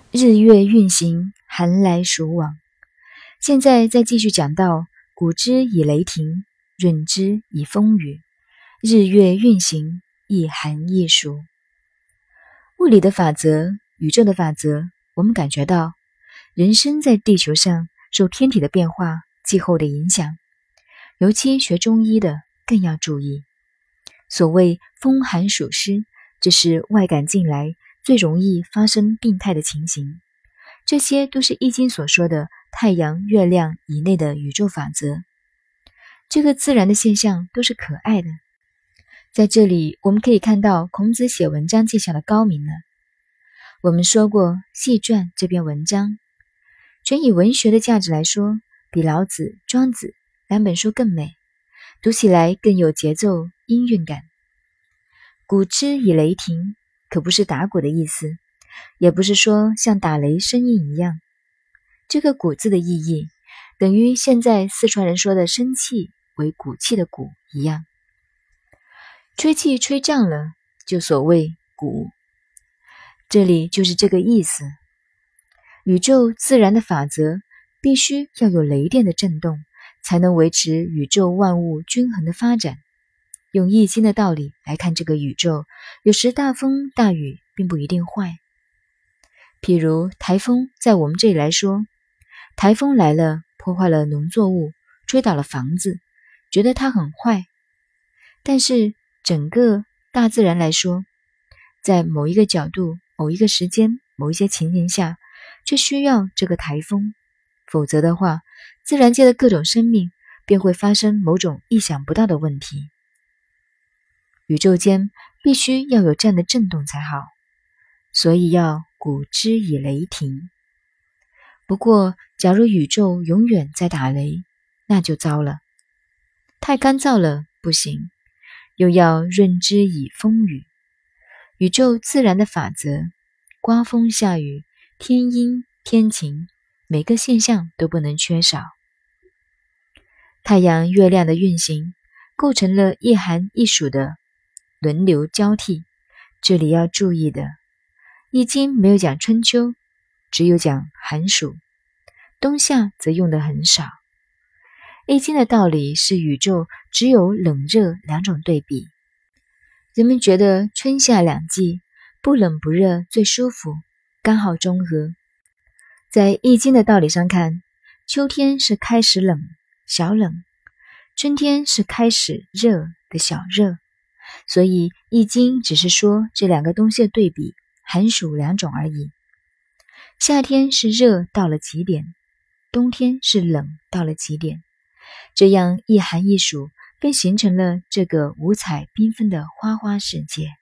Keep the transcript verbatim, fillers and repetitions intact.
日月运行，寒来暑往。现在再继续讲到谷之以雷霆，润之以风雨，日月运行，一寒一暑。物理的法则，宇宙的法则，我们感觉到人生在地球上受天体的变化、气候的影响，尤其学中医的更要注意。所谓风寒暑湿，这是外感进来最容易发生病态的情形，这些都是易经所说的太阳、月亮以内的宇宙法则。这个自然的现象都是可爱的。在这里我们可以看到孔子写文章技巧的高明了。我们说过《系传》这篇文章，纯以文学的价值来说，比老子、庄子两本书更美，读起来更有节奏、音韵感。谷之以雷霆，可不是打鼓的意思，也不是说像打雷声音一样。这个谷字的意义，等于现在四川人说的生气为骨气的骨一样。吹气吹胀了，就所谓谷，这里就是这个意思。宇宙自然的法则必须要有雷电的震动，才能维持宇宙万物均衡的发展。用易经的道理来看这个宇宙，有时大风大雨并不一定坏。譬如台风，在我们这里来说，台风来了，破坏了农作物，吹倒了房子，觉得它很坏。但是整个大自然来说，在某一个角度、某一个时间、某一些情形下，却需要这个台风，否则的话，自然界的各种生命便会发生某种意想不到的问题。宇宙间必须要有这样的震动才好，所以要谷之以雷霆。不过，假如宇宙永远在打雷，那就糟了。太干燥了，不行，又要润之以风雨。宇宙自然的法则，刮风下雨，天阴天晴，每个现象都不能缺少。太阳、月亮的运行，构成了一寒一暑的轮流交替。这里要注意的，易经没有讲春秋，只有讲寒暑，冬夏则用得很少。易经的道理是宇宙只有冷热两种对比。人们觉得春夏两季不冷不热最舒服，刚好中和。在易经的道理上看，秋天是开始冷，小冷，春天是开始热的小热，所以易经只是说这两个东西的对比，寒暑两种而已。夏天是热到了极点，冬天是冷到了极点，这样一寒一暑便形成了这个五彩缤纷的花花世界。